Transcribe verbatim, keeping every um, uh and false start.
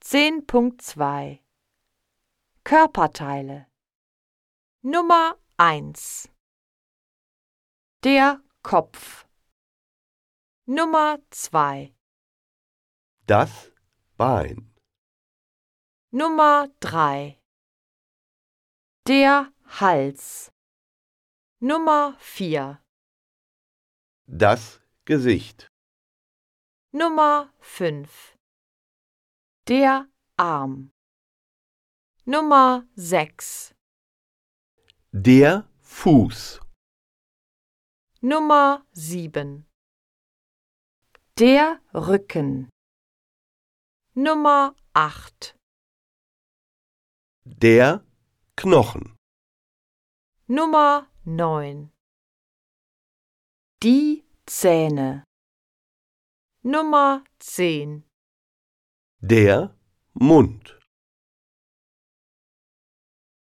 zehn Punkt zwei Körperteile. Nummer eins. Der Kopf. Nummer zwei. Das Bein. Nummer drei. Der Hals. Nummer vier. Das Gesicht. Nummer fünf. Der Arm. Nummer sechs. Der Fuß. Nummer sieben. Der Rücken. Nummer acht. Der Knochen. Nummer neun. Die Zähne. Nummer zehn. Der Mund.